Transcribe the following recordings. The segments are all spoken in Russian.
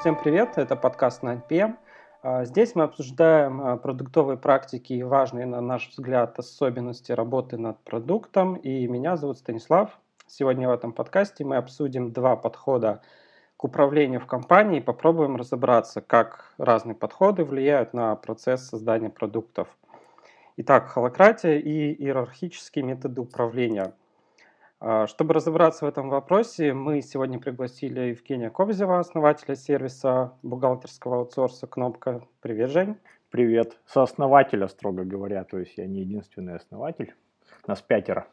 Всем привет, это подкаст 9PM. Здесь мы обсуждаем продуктовые практики и важные, на наш взгляд, особенности работы над продуктом. И меня зовут Станислав. Сегодня в этом подкасте мы обсудим два подхода к управлению в компании и попробуем разобраться, как разные подходы влияют на процесс создания продуктов. Итак, холакратия и иерархические методы управления. Чтобы разобраться в этом вопросе, мы сегодня пригласили Евгения Кобзева, основателя сервиса бухгалтерского аутсорса «Кнопка». Привет, Жень. Привет. Сооснователя, строго говоря, то есть я не единственный основатель. Нас 5.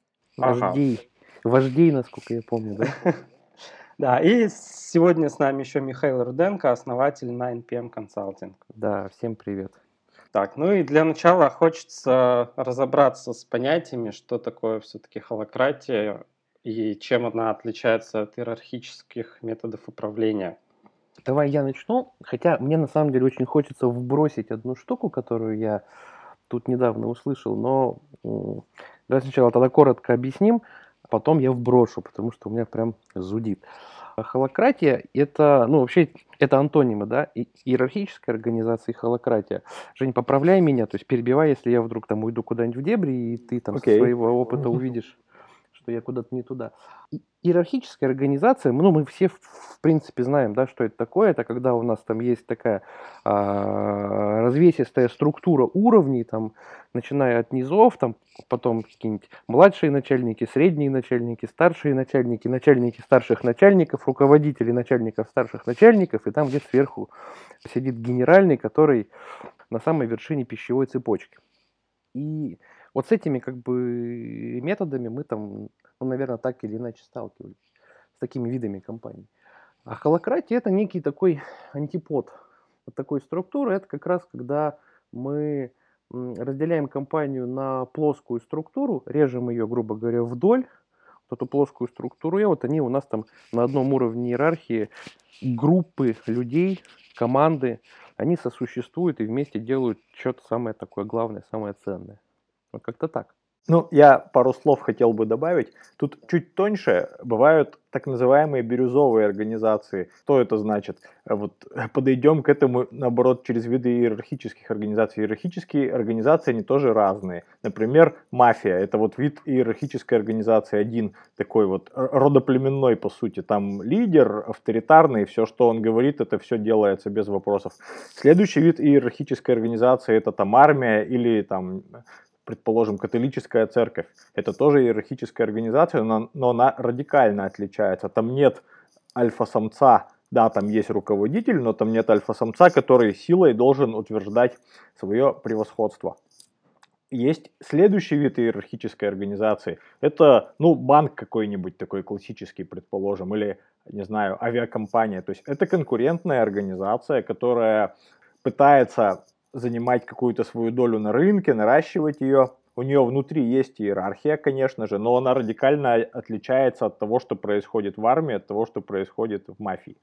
Вождей, насколько я помню, да? Да, и сегодня с нами еще Михаил Руденко, основатель 9PM Consulting. Да, всем привет. Так, ну и для начала хочется разобраться с понятиями, что такое все-таки холакратия и чем она отличается от иерархических методов управления. Давай я начну, хотя мне на самом деле очень хочется вбросить одну штуку, которую я тут недавно услышал, но давай сначала тогда коротко объясним, а потом я вброшу, потому что у меня прям зудит. Холакратия – это, вообще, это антонимы, да, иерархическая организация и холакратия. Жень, поправляй меня, то есть перебивай, если я вдруг там уйду куда-нибудь в дебри, и ты там со своего опыта увидишь, что я куда-то не туда. Иерархическая организация, мы все в принципе знаем, да, что это такое. Это когда у нас там есть такая развесистая структура уровней, там, начиная от низов, там, потом какие-нибудь младшие начальники, средние начальники, старшие начальники, начальники старших начальников, руководители начальников старших начальников, и там где-то сверху сидит генеральный, который на самой вершине пищевой цепочки. И вот с этими как бы методами мы там, наверное, так или иначе сталкивались, с такими видами компаний. А холакратия – это некий такой антипод вот такой структуры. Это как раз когда мы разделяем компанию на плоскую структуру, режем ее, грубо говоря, вдоль, вот эту плоскую структуру, и вот они у нас там на одном уровне иерархии группы людей, команды, они сосуществуют и вместе делают что-то самое такое главное, самое ценное. Вот как-то так. Я пару слов хотел бы добавить. Тут чуть тоньше бывают так называемые бирюзовые организации. Что это значит? Вот подойдем к этому, наоборот, через виды иерархических организаций. Иерархические организации, они тоже разные. Например, мафия. Это вот вид иерархической организации один, такой вот родоплеменной, по сути. Там лидер, авторитарный, все, что он говорит, это все делается без вопросов. Следующий вид иерархической организации, это там армия или там, предположим, католическая церковь. Это тоже иерархическая организация, но она радикально отличается. Там нет альфа-самца, да, там есть руководитель, но там нет альфа-самца, который силой должен утверждать свое превосходство. Есть следующий вид иерархической организации. Это, банк какой-нибудь такой классический, предположим, или, не знаю, авиакомпания. То есть это конкурентная организация, которая пытается занимать какую-то свою долю на рынке, наращивать ее. У нее внутри есть иерархия, конечно же, но она радикально отличается от того, что происходит в армии, от того, что происходит в мафии.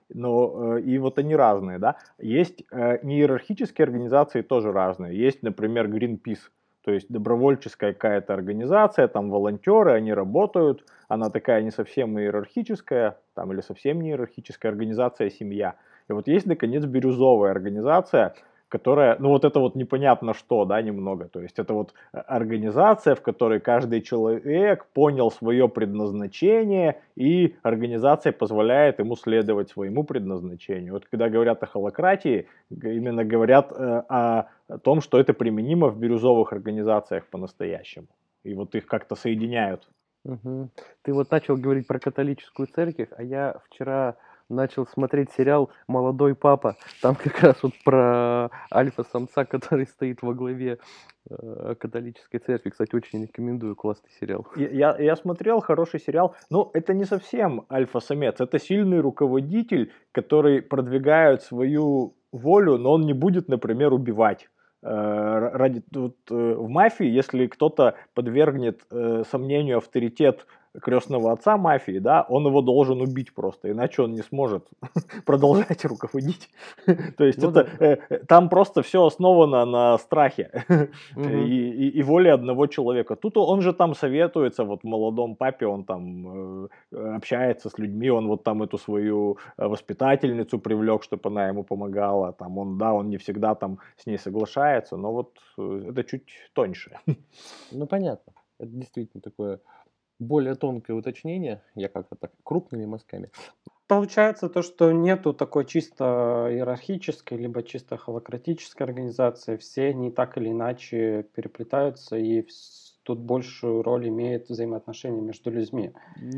И вот они разные, да. Есть неиерархические организации тоже разные. Есть, например, Greenpeace, то есть добровольческая какая-то организация, там волонтеры, они работают, она такая не совсем иерархическая, там, или совсем не иерархическая организация, семья. И вот есть, наконец, бирюзовая организация, которая, это вот непонятно что, да, немного. То есть это вот организация, в которой каждый человек понял свое предназначение, и организация позволяет ему следовать своему предназначению. Вот когда говорят о холакратии, именно говорят о том, что это применимо в бирюзовых организациях по-настоящему. И вот их как-то соединяют. Угу. Ты вот начал говорить про католическую церковь, а я вчера начал смотреть сериал «Молодой папа». Там как раз вот про альфа-самца, который стоит во главе католической церкви. Кстати, очень рекомендую, классный сериал. Я смотрел, хороший сериал. Но это не совсем альфа-самец. Это сильный руководитель, который продвигает свою волю, но он не будет, например, убивать. В мафии, если кто-то подвергнет сомнению авторитет крестного отца мафии, да, он его должен убить просто, иначе он не сможет продолжать руководить. То есть Ну да. там просто все основано на страхе Мгм. и воле одного человека. Тут он же там советуется, вот молодом папе, он там общается с людьми, он вот там эту свою воспитательницу привлек, чтобы она ему помогала, там он не всегда там с ней соглашается, но вот это чуть тоньше. Ну, понятно. Это действительно такое более тонкое уточнение. Я как-то так крупными мазками. Получается то, что нету такой чисто иерархической, либо чисто холократической организации. Все они так или иначе переплетаются, и тут большую роль имеет взаимоотношения между людьми.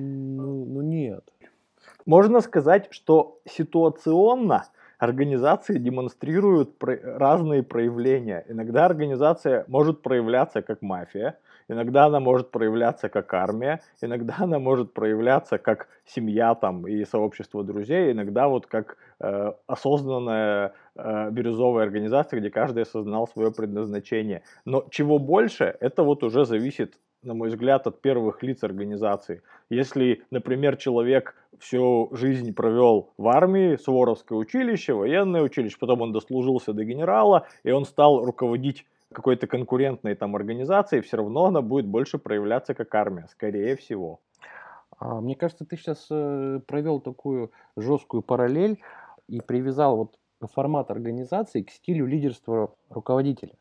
Ну нет. Можно сказать, что ситуационно организации демонстрируют разные проявления. Иногда организация может проявляться как мафия, иногда она может проявляться как армия, иногда она может проявляться как семья там, и сообщество друзей, иногда вот как осознанная бирюзовая организация, где каждый осознал свое предназначение. Но чего больше, это вот уже зависит, на мой взгляд, от первых лиц организации. Если, например, человек всю жизнь провел в армии, Суворовское училище, военное училище, потом он дослужился до генерала, и он стал руководить какой-то конкурентной там организацией, все равно она будет больше проявляться как армия, скорее всего. Мне кажется, ты сейчас провел такую жесткую параллель и привязал вот формат организации к стилю лидерства руководителя.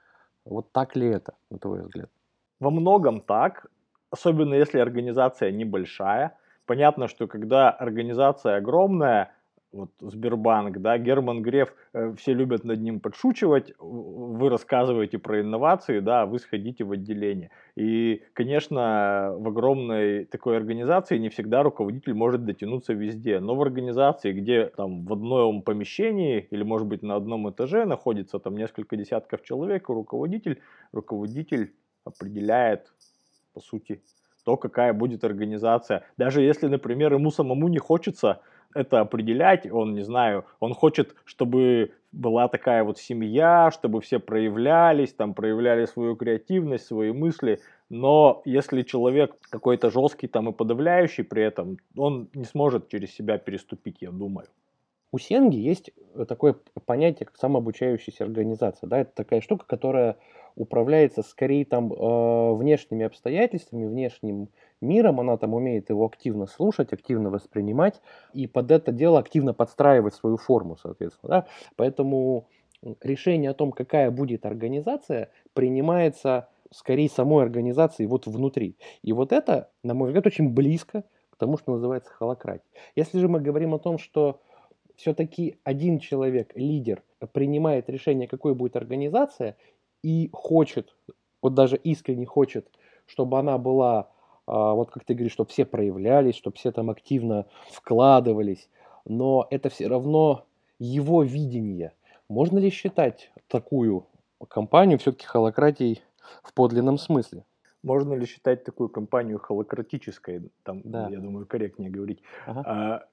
Вот так ли это, на твой взгляд? Во многом так, особенно если организация небольшая. Понятно, что когда организация огромная, вот Сбербанк, да, Герман Греф, все любят над ним подшучивать, вы рассказываете про инновации, да, вы сходите в отделение. И, конечно, в огромной такой организации не всегда руководитель может дотянуться везде, но в организации, где там в одном помещении или, может быть, на одном этаже находится там несколько десятков человек, и руководитель определяет, по сути, то, какая будет организация. Даже если, например, ему самому не хочется это определять, он, не знаю, он хочет, чтобы была такая вот семья, чтобы все проявлялись, там, проявляли свою креативность, свои мысли, но если человек какой-то жесткий там и подавляющий при этом, он не сможет через себя переступить, я думаю. У Сенги есть такое понятие, как самообучающаяся организация. Да? Это такая штука, которая управляется скорее там внешними обстоятельствами, внешним миром. Она там умеет его активно слушать, активно воспринимать и под это дело активно подстраивать свою форму, соответственно. Да? Поэтому решение о том, какая будет организация, принимается скорее самой организацией вот внутри. И вот это, на мой взгляд, очень близко к тому, что называется холакратия. Если же мы говорим о том, что все-таки один человек, лидер, принимает решение, какой будет организация, и хочет, вот даже искренне хочет, чтобы она была, вот как ты говоришь, чтобы все проявлялись, чтобы все там активно вкладывались, но это все равно его видение. Можно ли считать такую компанию все-таки холакратией в подлинном смысле? Можно ли считать такую компанию холократической? Там, Да. я думаю, корректнее говорить. Ага.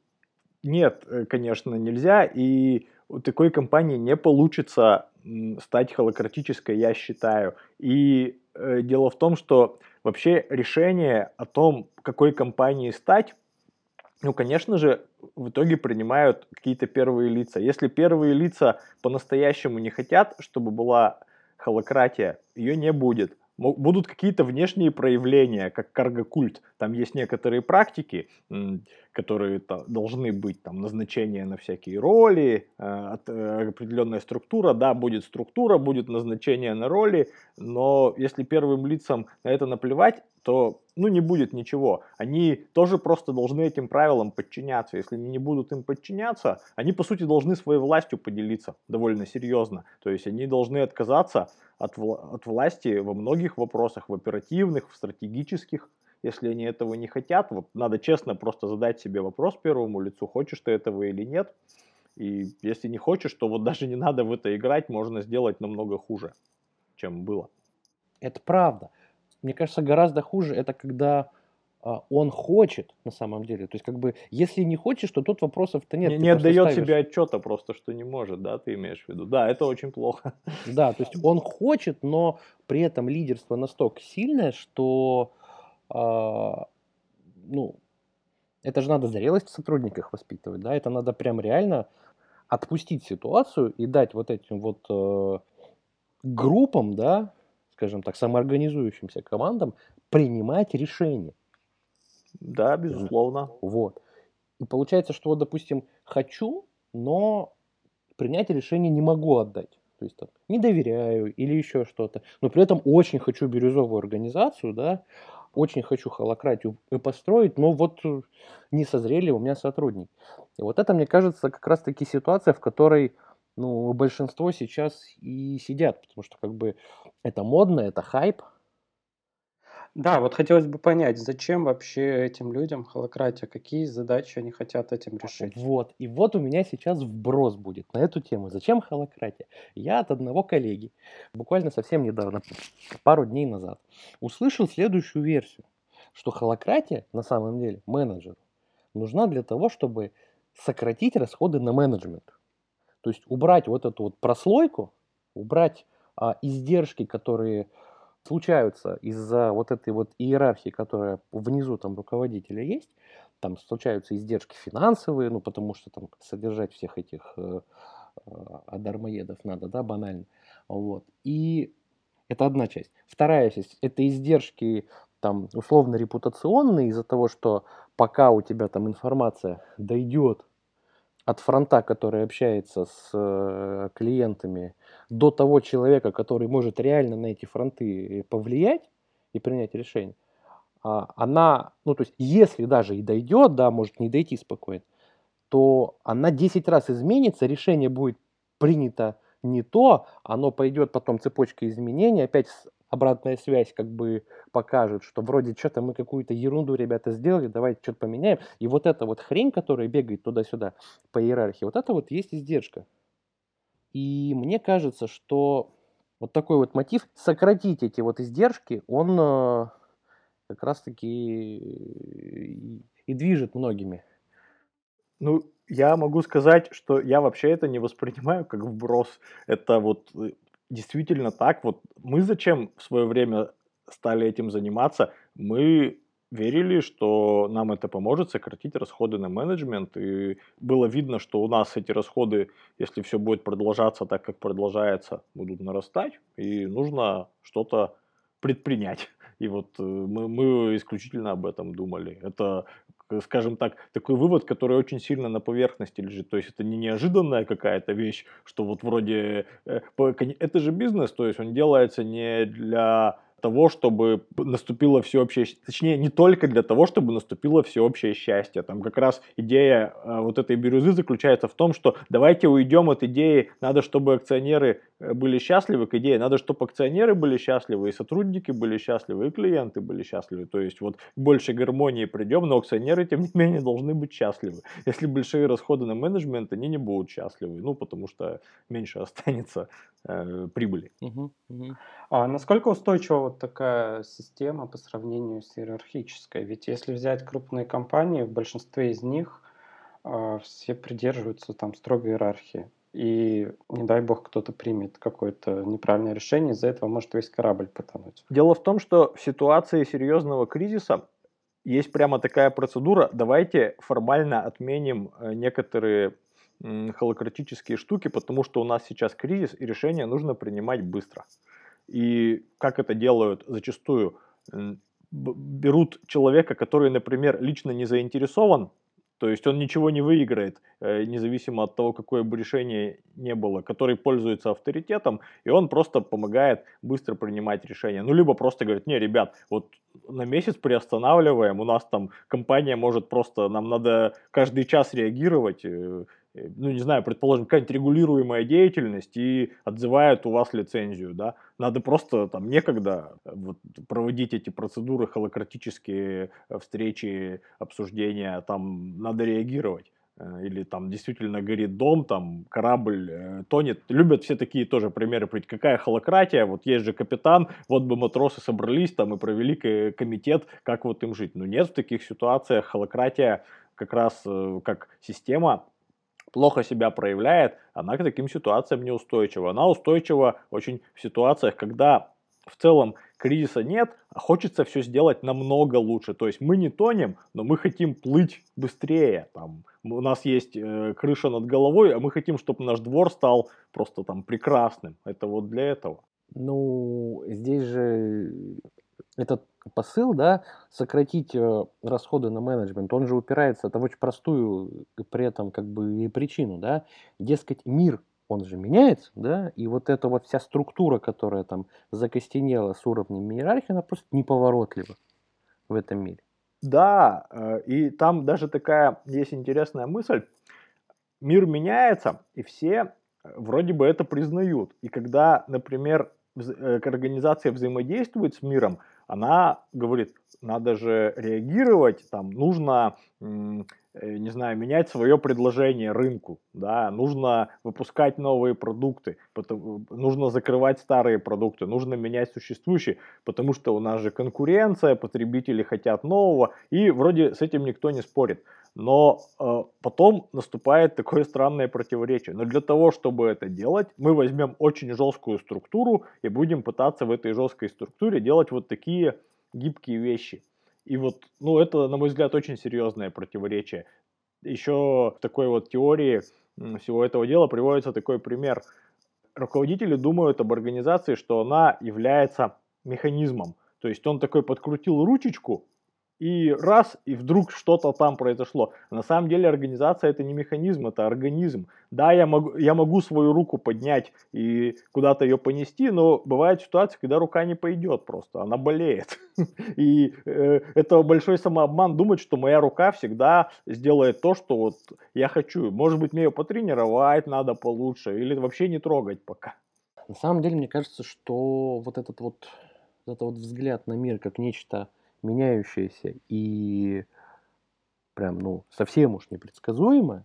Нет, конечно, нельзя, и у такой компании не получится стать холократической, я считаю. И дело в том, что вообще решение о том, какой компанией стать, ну, конечно же, в итоге принимают какие-то первые лица. Если первые лица по-настоящему не хотят, чтобы была холократия, ее не будет. Будут какие-то внешние проявления, как карго-культ. Там есть некоторые практики, которые должны быть, там, назначение на всякие роли, определенная структура. Да, будет структура, будет назначение на роли, но если первым лицам на это наплевать, то, ну, не будет ничего. Они тоже просто должны этим правилам подчиняться. Если они не будут им подчиняться, они, по сути, должны своей властью поделиться довольно серьезно. То есть они должны отказаться от власти во многих вопросах, в оперативных, в стратегических. Если они этого не хотят, вот надо честно просто задать себе вопрос первому лицу, хочешь ты этого или нет. И если не хочешь, то вот даже не надо в это играть, можно сделать намного хуже, чем было. Это правда. Мне кажется, гораздо хуже это когда он хочет на самом деле. То есть, как бы, если не хочешь, то тут вопросов-то нет. Ты Не просто отдает ставишь. себе отчета просто, что не может, да, ты имеешь в виду. Да, это очень плохо. Да, то есть он хочет, но при этом лидерство настолько сильное, что ну, это же надо зрелость в сотрудниках воспитывать, да, это надо прям реально отпустить ситуацию и дать вот этим вот группам, да, скажем так, самоорганизующимся командам принимать решения. Да, безусловно. Вот. И получается, что вот, допустим, хочу, но принять решение не могу отдать. То есть там, не доверяю или еще что-то. Но при этом очень хочу бирюзовую организацию, да, очень хочу холократию построить, но вот не созрели у меня сотрудники. И вот это, мне кажется, как раз-таки ситуация, в которой ну, большинство сейчас и сидят, потому что как бы это модно, это хайп. Да, вот хотелось бы понять, зачем вообще этим людям холократия, какие задачи они хотят этим решить? Вот. И вот у меня сейчас вброс будет на эту тему. Зачем холократия? Я от одного коллеги, буквально совсем недавно, пару дней назад, услышал следующую версию, что холократия, на самом деле, менеджеру, нужна для того, чтобы сократить расходы на менеджмент. То есть убрать вот эту вот прослойку, убрать издержки, которые случаются из-за вот этой вот иерархии, которая внизу там руководителя есть, там случаются издержки финансовые, ну потому что там содержать всех этих дармоедов надо, да, банально. Вот. И это одна часть. Вторая часть – это издержки там условно репутационные из-за того, что пока у тебя там информация дойдет от фронта, который общается с клиентами, до того человека, который может реально на эти фронты повлиять и принять решение, она, ну то есть если даже и дойдет, да, может не дойти спокойно, то она 10 раз изменится, решение будет принято не то, оно пойдет потом цепочкой изменений, опять обратная связь как бы покажет, что вроде что-то мы какую-то ерунду, ребята, сделали, давайте что-то поменяем. И вот эта вот хрень, которая бегает туда-сюда по иерархии, вот это вот есть издержка. И мне кажется, что вот такой вот мотив сократить эти вот издержки, он как раз-таки и движет многими. Ну, я могу сказать, что я вообще это не воспринимаю как вброс. Это вот действительно так. Вот мы зачем в свое время стали этим заниматься? Мы верили, что нам это поможет сократить расходы на менеджмент. И было видно, что у нас эти расходы, если все будет продолжаться так, как продолжается, будут нарастать. И нужно что-то предпринять. И вот мы исключительно об этом думали. Это, скажем так, такой вывод, который очень сильно на поверхности лежит. То есть это не неожиданная какая-то вещь, что вот вроде... это же бизнес, то есть он делается не для того, чтобы наступило всеобщее, точнее, не только для того, чтобы наступило всеобщее счастье. Там как раз идея вот этой бирюзы заключается в том, что давайте уйдем от идеи, надо, чтобы акционеры были счастливы, к идее, надо, чтобы акционеры были счастливы, и сотрудники были счастливы, и клиенты были счастливы. То есть вот к большей гармонии придем, но акционеры, тем не менее, должны быть счастливы. Если большие расходы на менеджмент, они не будут счастливы, ну, потому что меньше останется прибыли. А насколько устойчива вот такая система по сравнению с иерархической? Ведь если взять крупные компании, в большинстве из них все придерживаются там строгой иерархии. И не дай бог кто-то примет какое-то неправильное решение, из-за этого может весь корабль потонуть. Дело в том, что в ситуации серьезного кризиса есть прямо такая процедура. Давайте формально отменим некоторые холократические штуки, потому что у нас сейчас кризис, и решения нужно принимать быстро. И как это делают зачастую? Берут человека, который, например, лично не заинтересован, то есть он ничего не выиграет, независимо от того, какое бы решение не было, который пользуется авторитетом, и он просто помогает быстро принимать решения. Ну, либо просто говорит, не, ребят, вот на месяц приостанавливаем, у нас там компания может просто, нам надо каждый час реагировать, ну, не знаю, предположим, какая-нибудь регулируемая деятельность и отзывают у вас лицензию, да, надо просто там некогда вот, проводить эти процедуры холократические, встречи, обсуждения, там надо реагировать. Или там действительно горит дом, там корабль тонет. Любят все такие тоже примеры приводить. Какая холократия, вот есть же капитан, вот бы матросы собрались там и провели комитет, как вот им жить. Но нет, в таких ситуациях холократия как раз как система плохо себя проявляет, она к таким ситуациям неустойчива. Она устойчива очень в ситуациях, когда в целом кризиса нет, а хочется все сделать намного лучше. То есть мы не тонем, но мы хотим плыть быстрее. Там, у нас есть крыша над головой, а мы хотим, чтобы наш двор стал просто там прекрасным. Это вот для этого. Ну, здесь же этот посыл, да, сократить расходы на менеджмент, он же упирается в очень простую при этом как бы и причину, да, дескать, мир, он же меняется, да, и вот эта вот вся структура, которая там закостенела с уровнем иерархии, она просто неповоротлива в этом мире. Да, и там даже такая есть интересная мысль. Мир меняется, и все вроде бы это признают. И когда, например, организация взаимодействует с миром, она говорит, надо же реагировать, там нужно, не знаю, менять свое предложение рынку, да, нужно выпускать новые продукты, нужно закрывать старые продукты, нужно менять существующие, потому что у нас же конкуренция, потребители хотят нового, и вроде с этим никто не спорит. Но потом наступает такое странное противоречие. Но для того, чтобы это делать, мы возьмем очень жесткую структуру и будем пытаться в этой жесткой структуре делать вот такие гибкие вещи. И вот, ну, это, на мой взгляд, очень серьезное противоречие. Еще в такой вот теории всего этого дела приводится такой пример. Руководители думают об организации, что она является механизмом. То есть он такой подкрутил ручечку, и раз, и вдруг что-то там произошло. На самом деле организация это не механизм, это организм. Да, я могу свою руку поднять и куда-то ее понести, но бывает ситуация, когда рука не пойдет просто, она болеет. И это большой самообман думать, что моя рука всегда сделает то, что вот я хочу. Может быть, мне ее потренировать надо получше или вообще не трогать пока. На самом деле, мне кажется, что вот этот вот взгляд на мир как нечто меняющееся и прям, ну, совсем уж непредсказуемое,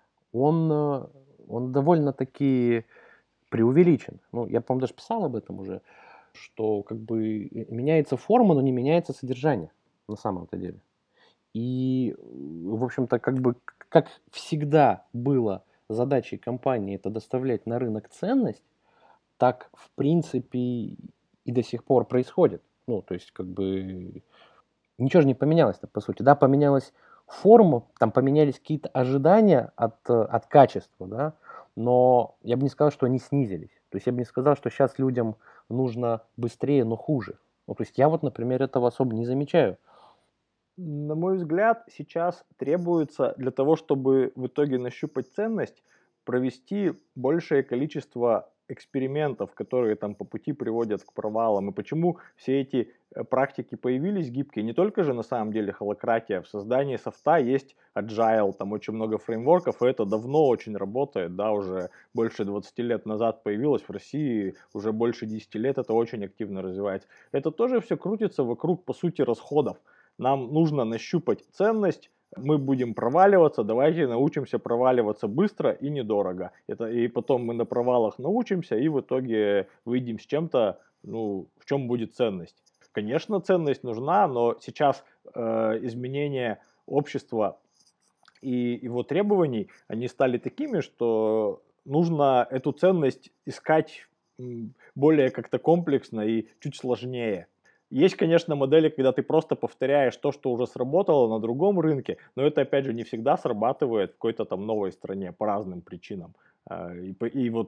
он довольно-таки преувеличен. Ну, я, по-моему, даже писал об этом уже, что как бы меняется форма, но не меняется содержание на самом-то деле. И, в общем-то, как бы, как всегда было задачей компании это доставлять на рынок ценность, так, в принципе, и до сих пор происходит. Ну, то есть, как бы, ничего же не поменялось, по сути, да, поменялась форма, там поменялись какие-то ожидания от качества, да, но я бы не сказал, что они снизились. То есть я бы не сказал, что сейчас людям нужно быстрее, но хуже. Ну, то есть я вот, например, этого особо не замечаю. На мой взгляд, сейчас требуется для того, чтобы в итоге нащупать ценность, провести большее количество экспериментов, которые там по пути приводят к провалам. И почему все эти практики появились гибкие? Не только же на самом деле холакратия. В создании софта есть agile, там очень много фреймворков, и это давно очень работает, да, уже больше 20 лет назад появилось в России, уже больше 10 лет это очень активно развивается. Это тоже все крутится вокруг, по сути, расходов. Нам нужно нащупать ценность, мы будем проваливаться, давайте научимся проваливаться быстро и недорого. И потом мы на провалах научимся и в итоге выйдем с чем-то, ну, в чем будет ценность. Конечно, ценность нужна, но сейчас изменения общества и его требований, они стали такими, что нужно эту ценность искать более как-то комплексно и чуть сложнее. Есть, конечно, модели, когда ты просто повторяешь то, что уже сработало на другом рынке, но это, опять же, не всегда срабатывает в какой-то там новой стране по разным причинам. И вот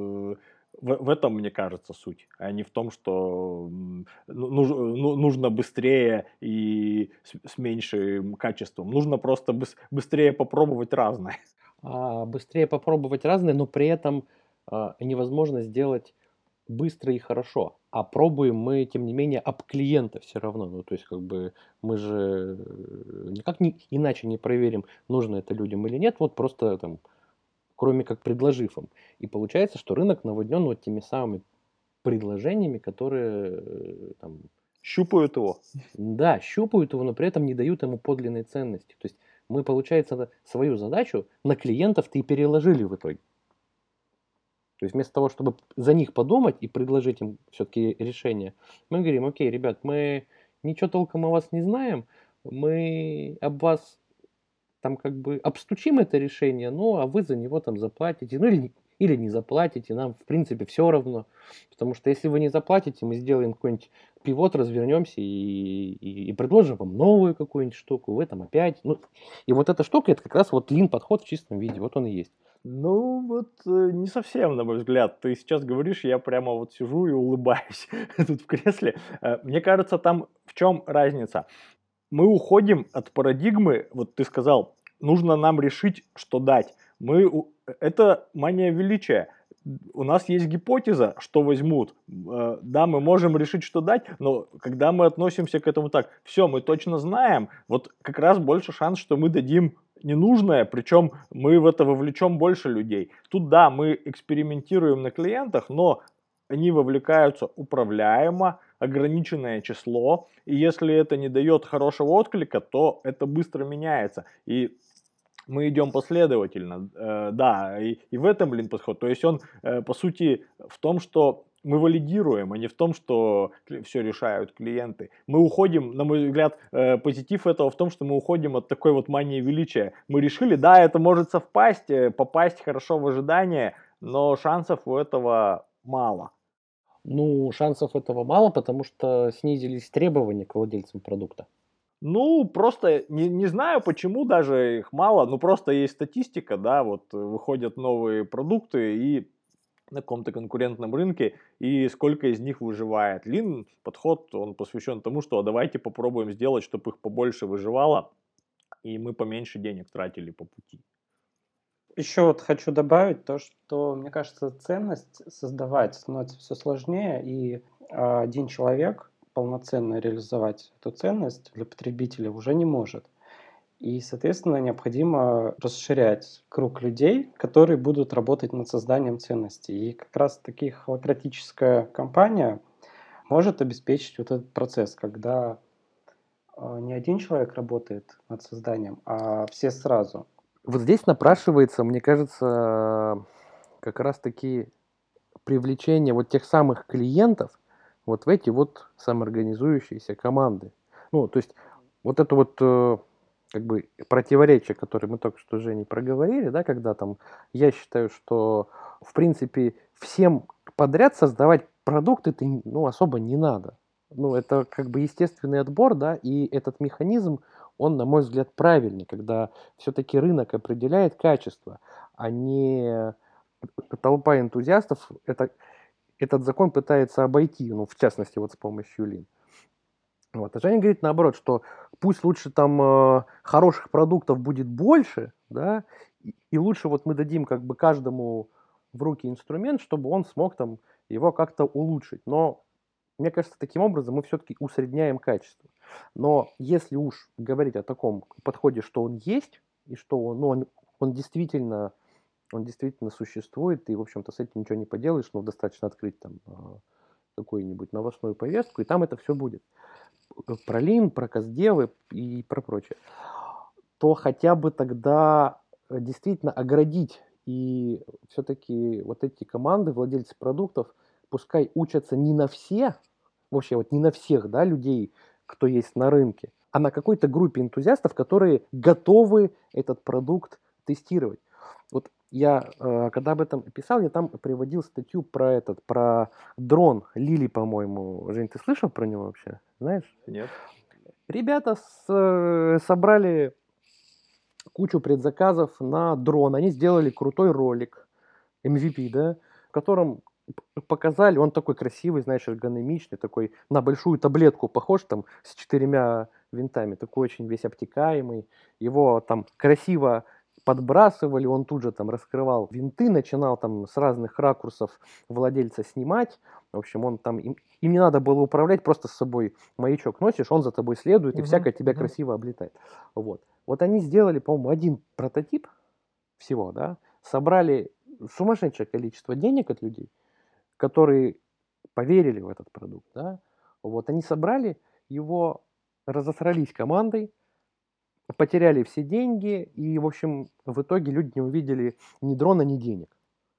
в этом, мне кажется, суть, а не в том, что нужно быстрее и с меньшим качеством. Нужно просто быстрее попробовать разное. Быстрее попробовать разные, но при этом невозможно сделать быстро и хорошо. А пробуем мы, тем не менее, об клиента все равно. Ну, то есть, как бы, мы же никак иначе не проверим, нужно это людям или нет, вот просто там, кроме как предложив им. И получается, что рынок наводнен вот теми самыми предложениями, которые там, Щупают его. да, щупают его, но при этом не дают ему подлинной ценности. То есть мы, получается, свою задачу на клиентов-то и переложили в итоге. То есть вместо того, чтобы за них подумать и предложить им все-таки решение, мы говорим, окей, ребят, мы ничего толком о вас не знаем, мы об вас там как бы обстучим это решение, ну а вы за него там заплатите, ну или или не заплатите, нам в принципе все равно. Потому что если вы не заплатите, мы сделаем какой-нибудь пивот, развернемся и предложим вам новую какую-нибудь штуку, вы там опять. Ну, и вот эта штука, это как раз вот lean подход в чистом виде, вот он и есть. Ну, вот не совсем, на мой взгляд. Ты сейчас говоришь, я прямо вот сижу и улыбаюсь тут в кресле. Мне кажется, там в чем разница? Мы уходим от парадигмы, вот ты сказал, нужно нам решить, что дать. Это мания величия. У нас есть гипотеза, что возьмут. Да, мы можем решить, что дать, но когда мы относимся к этому так, все, мы точно знаем, вот как раз больше шанс, что мы дадим ненужное, причем мы в это вовлечем больше людей. Тут да, мы экспериментируем на клиентах, но они вовлекаются управляемо, ограниченное число, и если это не дает хорошего отклика, то это быстро меняется. И мы идем последовательно, да, и в этом подход. То есть он, по сути, в том, что мы валидируем, а не в том, что все решают клиенты. Мы уходим, на мой взгляд, позитив этого в том, что мы уходим от такой вот мании величия. Мы решили, да, это может совпасть, попасть хорошо в ожидание, но шансов у этого мало. Ну, шансов этого мало, потому что снизились требования к владельцам продукта. Ну, просто не знаю, почему даже их мало, ну просто есть статистика, да, вот выходят новые продукты и на каком-то конкурентном рынке, и сколько из них выживает. Lean подход, он посвящен тому, что давайте попробуем сделать, чтобы их побольше выживало, и мы поменьше денег тратили по пути. Еще вот хочу добавить то, что, мне кажется, ценность создавать становится все сложнее, и один человек полноценно реализовать эту ценность для потребителя уже не может. И, соответственно, необходимо расширять круг людей, которые будут работать над созданием ценности. И как раз таки холократическая компания может обеспечить вот этот процесс, когда не один человек работает над созданием, а все сразу. Вот здесь напрашивается, мне кажется, как раз-таки привлечение вот тех самых клиентов вот в эти вот самоорганизующиеся команды. Ну, то есть вот это вот как бы противоречие, которое мы только что с Женей проговорили, да, когда там я считаю, что в принципе всем подряд создавать продукты ну, особо не надо. Ну, это как бы естественный отбор, да, и этот механизм, он, на мой взгляд, правильный, когда все-таки рынок определяет качество, а не толпа энтузиастов этот закон пытается обойти, ну, в частности, вот с помощью Lean. Вот. А Женя говорит наоборот, что пусть лучше там хороших продуктов будет больше, да, и лучше вот мы дадим как бы каждому в руки инструмент, чтобы он смог там его как-то улучшить. Но мне кажется, таким образом мы все-таки усредняем качество. Но если уж говорить о таком подходе, что он есть, и что он, ну, он действительно существует, и, в общем-то, с этим ничего не поделаешь, но достаточно открыть там какую-нибудь новостную повестку, и там это все будет. Про Lean, про Каздевы и про прочее. То хотя бы тогда действительно оградить, и все-таки вот эти команды, владельцы продуктов, пускай учатся не на все, вообще вот не на всех, да, людей, кто есть на рынке, а на какой-то группе энтузиастов, которые готовы этот продукт тестировать. Вот я, когда об этом писал, я там приводил статью про дрон Лили, по-моему. Жень, ты слышал про него вообще? Знаешь? Нет. Ребята собрали кучу предзаказов на дрон. Они сделали крутой ролик, MVP, да, в котором показали, он такой красивый, знаешь, эргономичный, такой на большую таблетку похож, там, с 4 винтами, такой очень весь обтекаемый. Его там красиво подбрасывали, он тут же там раскрывал винты, начинал там с разных ракурсов владельца снимать. В общем, он там, им не надо было управлять, просто с собой маячок носишь, он за тобой следует и всякое тебя красиво облетает. Вот. Вот они сделали, по-моему, один прототип всего, да, собрали сумасшедшее количество денег от людей, которые поверили в этот продукт, да. Вот, они собрали его, разосрались командой, потеряли все деньги, и, в общем, в итоге люди не увидели ни дрона, ни денег.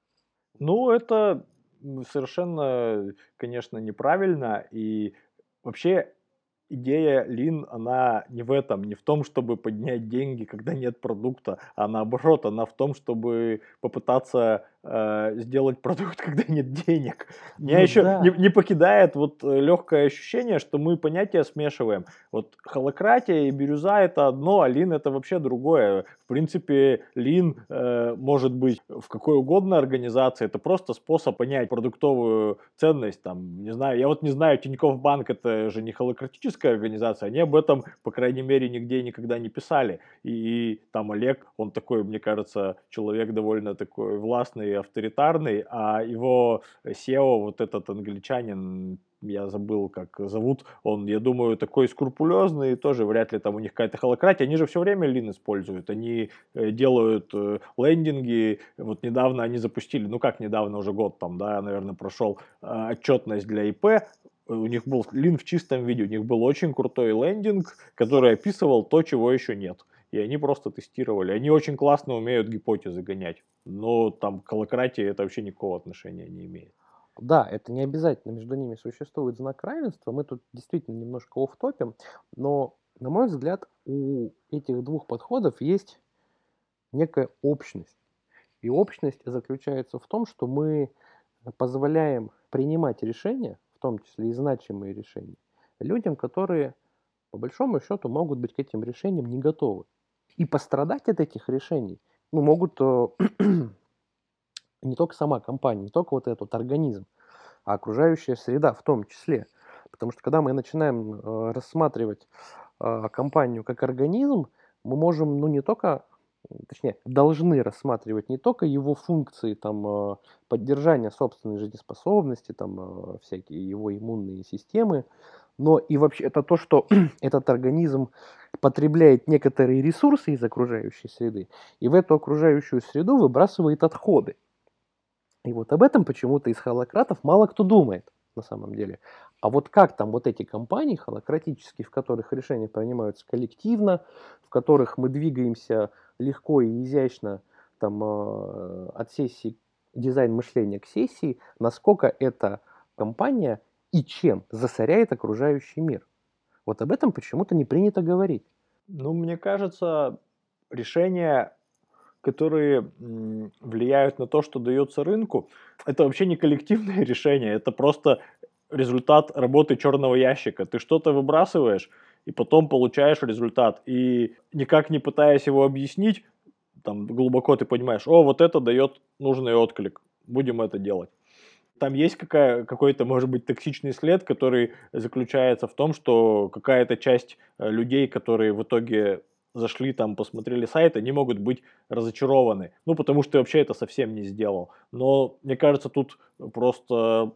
Ну, это совершенно, конечно, неправильно. И вообще идея Lean, она не в этом, не в том, чтобы поднять деньги, когда нет продукта, а наоборот, она в том, чтобы попытаться сделать продукт, когда нет денег. Меня Ну еще да. не покидает вот легкое ощущение, что мы понятия смешиваем. Вот холократия и бирюза это одно, а лин это вообще другое. В принципе, лин может быть в какой угодно организации. Это просто способ понять продуктовую ценность. Там, не знаю, я вот не знаю, Тинькофф Банк это же не холократическая организация. Они об этом, по крайней мере, нигде никогда не писали. И там Олег, он такой, мне кажется, человек довольно такой властный и авторитарный, а его SEO, вот этот англичанин, я забыл, как зовут, он, я думаю, такой скрупулезный, тоже вряд ли там у них какая-то холократия, они же все время лин используют, они делают лендинги, вот недавно они запустили, ну как недавно, уже год там, да, наверное, прошел отчетность для ИП, у них был лин в чистом виде, у них был очень крутой лендинг, который описывал то, чего еще нет. И они просто тестировали. Они очень классно умеют гипотезы гонять. Но там к холократии это вообще никакого отношения не имеет. Да, это не обязательно между ними существует знак равенства. Мы тут действительно немножко офф-топим, но, на мой взгляд, у этих двух подходов есть некая общность. И общность заключается в том, что мы позволяем принимать решения, в том числе и значимые решения, людям, которые, по большому счету, могут быть к этим решениям не готовы. И пострадать от этих решений могут не только сама компания, не только вот этот организм, а окружающая среда в том числе. Потому что когда мы начинаем рассматривать компанию как организм, мы можем, не только, точнее, должны рассматривать не только его функции поддержания собственной жизнеспособности, всякие его иммунные системы, но и вообще это то, что этот организм потребляет некоторые ресурсы из окружающей среды, и в эту окружающую среду выбрасывает отходы. И вот об этом почему-то из холократов мало кто думает на самом деле. А вот как там вот эти компании холократические, в которых решения принимаются коллективно, в которых мы двигаемся легко и изящно от сессии дизайн мышления к сессии, насколько эта компания и чем засоряет окружающий мир. Вот об этом почему-то не принято говорить. Ну, мне кажется, решения, которые влияют на то, что дается рынку, это вообще не коллективное решение, это просто результат работы черного ящика. Ты что-то выбрасываешь, и потом получаешь результат. И никак не пытаясь его объяснить, там глубоко ты понимаешь, вот это дает нужный отклик, будем это делать. Там есть какой-то, может быть, токсичный след, который заключается в том, что какая-то часть людей, которые в итоге зашли там, посмотрели сайт, они могут быть разочарованы. Ну, потому что ты вообще это совсем не сделал. Но, мне кажется, тут просто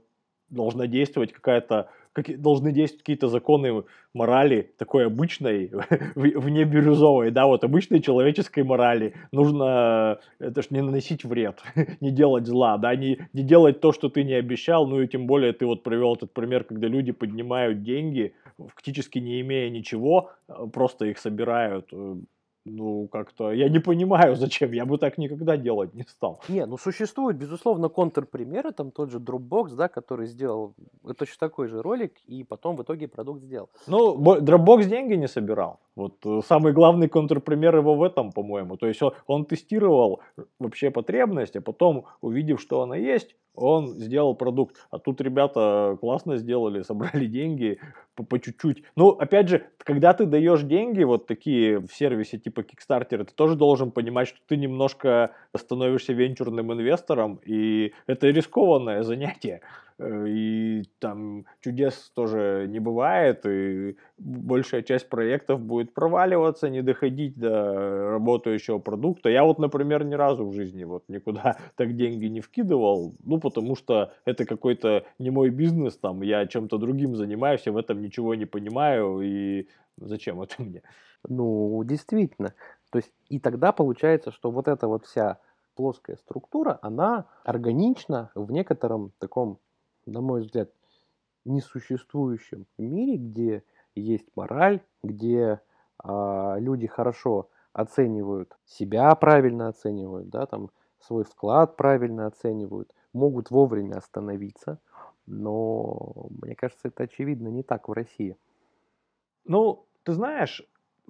должны действовать какие-то законы морали, такой обычной, вне бирюзовой, да, вот обычной человеческой морали. Нужно, это ж не наносить вред, не делать зла, да, не делать то, что ты не обещал, ну и тем более ты вот привел этот пример, когда люди поднимают деньги, фактически не имея ничего, просто их собирают. Ну, как-то, я не понимаю, зачем, я бы так никогда делать не стал. Существуют, безусловно, контрпримеры, там тот же Dropbox, да, который сделал точно такой же ролик, и потом в итоге продукт сделал. Ну, Dropbox деньги не собирал. Вот самый главный контрпример его в этом, по-моему. То есть он тестировал вообще потребность, а потом, увидев, что она есть, он сделал продукт. А тут ребята классно сделали, собрали деньги по чуть-чуть. Ну, опять же, когда ты даешь деньги, вот такие в сервисе типа Kickstarter, ты тоже должен понимать, что ты немножко становишься венчурным инвестором, и это рискованное занятие. И там чудес тоже не бывает, и большая часть проектов будет проваливаться, не доходить до работающего продукта. Я вот, например, ни разу в жизни вот никуда так деньги не вкидывал, ну, потому что это какой-то не мой бизнес, там, я чем-то другим занимаюсь, я в этом ничего не понимаю, и зачем это мне? Действительно. То есть и тогда получается, что вот эта вот вся плоская структура, она органична в некотором таком, на мой взгляд, несуществующем мире, где есть мораль, где люди хорошо оценивают себя, правильно оценивают, да, свой вклад правильно оценивают, могут вовремя остановиться. Но мне кажется, это очевидно не так в России. Ну, ты знаешь,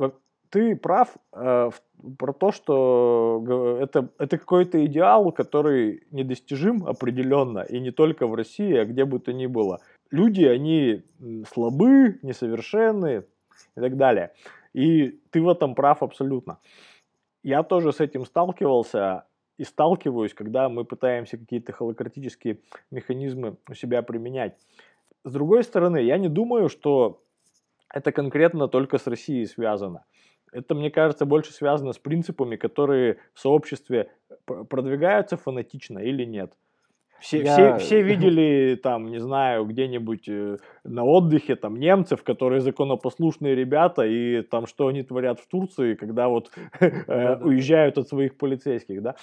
ты прав про то, что это какой-то идеал, который недостижим определенно, и не только в России, а где бы то ни было. Люди, они слабы, несовершенны и так далее. И ты в этом прав абсолютно. Я тоже с этим сталкивался и сталкиваюсь, когда мы пытаемся какие-то холократические механизмы у себя применять. С другой стороны, я не думаю, что это конкретно только с Россией связано. Это, мне кажется, больше связано с принципами, которые в сообществе продвигаются фанатично или нет. Все видели, там, не знаю, где-нибудь на отдыхе там немцев, которые законопослушные ребята, и там что они творят в Турции, когда вот уезжают от своих полицейских, да?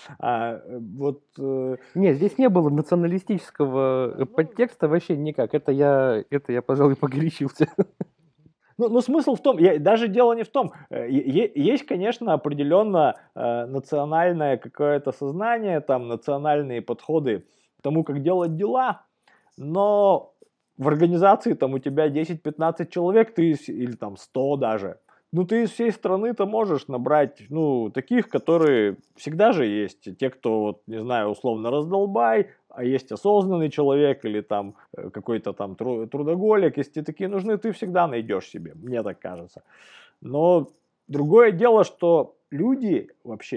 Нет, здесь не было националистического подтекста вообще никак. Это я, пожалуй, погорячился. Ну, смысл в том, даже дело не в том, есть, конечно, определенно национальное какое-то сознание, там, национальные подходы к тому, как делать дела, но в организации там у тебя 10-15 человек, или там 100 даже, ну, ты из всей страны-то можешь набрать, ну, таких, которые всегда же есть. Те, кто, вот, не знаю, условно раздолбай, а есть осознанный человек или там какой-то там трудоголик. Если тебе такие нужны, ты всегда найдешь себе, мне так кажется. Но другое дело, что люди,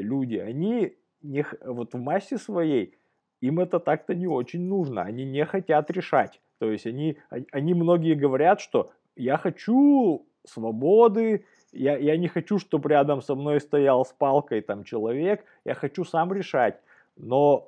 они вот в массе своей, им это так-то не очень нужно. Они не хотят решать. То есть они многие говорят, что я хочу свободы, я не хочу, чтобы рядом со мной стоял с палкой там человек, я хочу сам решать. Но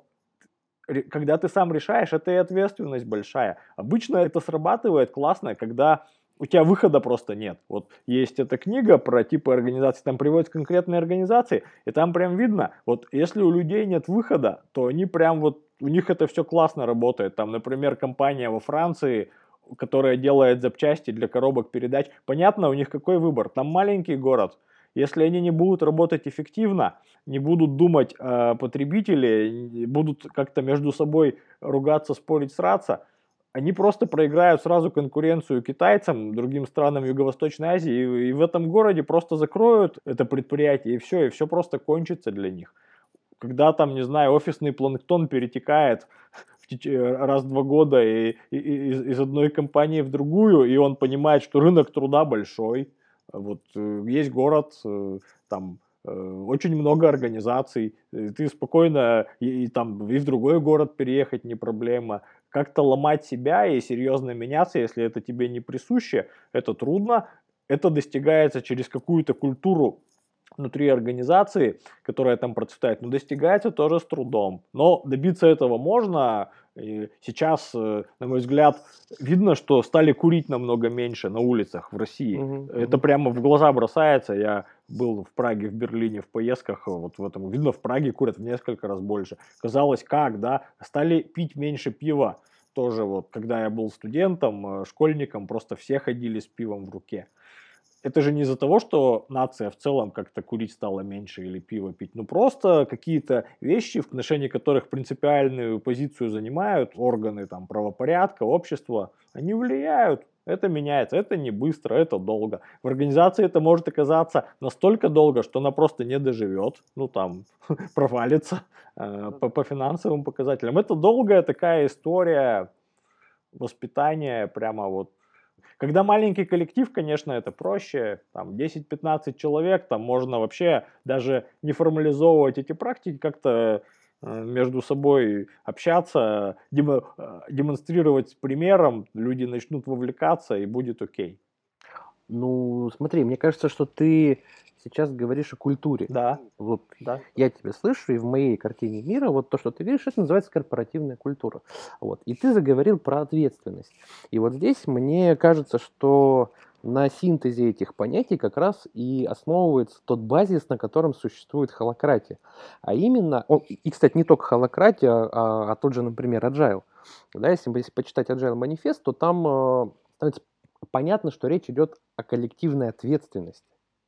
когда ты сам решаешь, это и ответственность большая. Обычно это срабатывает классно, когда у тебя выхода просто нет. Вот есть эта книга про типы организаций, там приводятся конкретные организации, и там прям видно, вот если у людей нет выхода, то они прям вот, у них это все классно работает. Там, например, компания во Франции, которая делает запчасти для коробок передач, понятно, у них какой выбор? Там маленький город. Если они не будут работать эффективно, не будут думать о потребителе, будут как-то между собой ругаться, спорить, сраться, они просто проиграют сразу конкуренцию китайцам, другим странам Юго-Восточной Азии, и в этом городе просто закроют это предприятие, и все просто кончится для них. Когда там, не знаю, офисный планктон перетекает раз в 2 года из одной компании в другую, и он понимает, что рынок труда большой, вот есть город, там очень много организаций, ты спокойно и в другой город переехать не проблема. Как-то ломать себя и серьезно меняться, если это тебе не присуще, это трудно. Это достигается через какую-то культуру внутри организации, которая там процветает, но достигается тоже с трудом. Но добиться этого можно. И сейчас, на мой взгляд, видно, что стали курить намного меньше на улицах в России. Это прямо в глаза бросается. Я был в Праге, в Берлине в поездках, вот в этом. Видно, в Праге курят в несколько раз больше. Казалось, как, да? Стали пить меньше пива. Тоже вот, когда я был студентом, школьником, просто все ходили с пивом в руке. Это же не из-за того, что нация в целом как-то курить стала меньше или пиво пить. Ну просто какие-то вещи, в отношении которых принципиальную позицию занимают органы там, правопорядка, общества, они влияют. Это меняется, это не быстро, это долго. В организации это может оказаться настолько долго, что она просто не доживет, ну там провалится по финансовым показателям. Это долгая такая история воспитания, прямо вот. Когда маленький коллектив, конечно, это проще, там 10-15 человек, там можно вообще даже не формализовывать эти практики, как-то между собой общаться, демонстрировать примером, люди начнут вовлекаться и будет окей. Ну, смотри, мне кажется, что ты сейчас говоришь о культуре. Да. Вот да. Я тебя слышу, и в моей картине мира вот то, что ты видишь, это называется корпоративная культура. Вот. И ты заговорил про ответственность. И вот здесь мне кажется, что на синтезе этих понятий как раз и основывается тот базис, на котором существует холакратия. А именно, и, кстати, не только холакратия, а тот же, например, agile. Да, если почитать agile манифест, то там становится понятно, что речь идет о коллективной ответственности.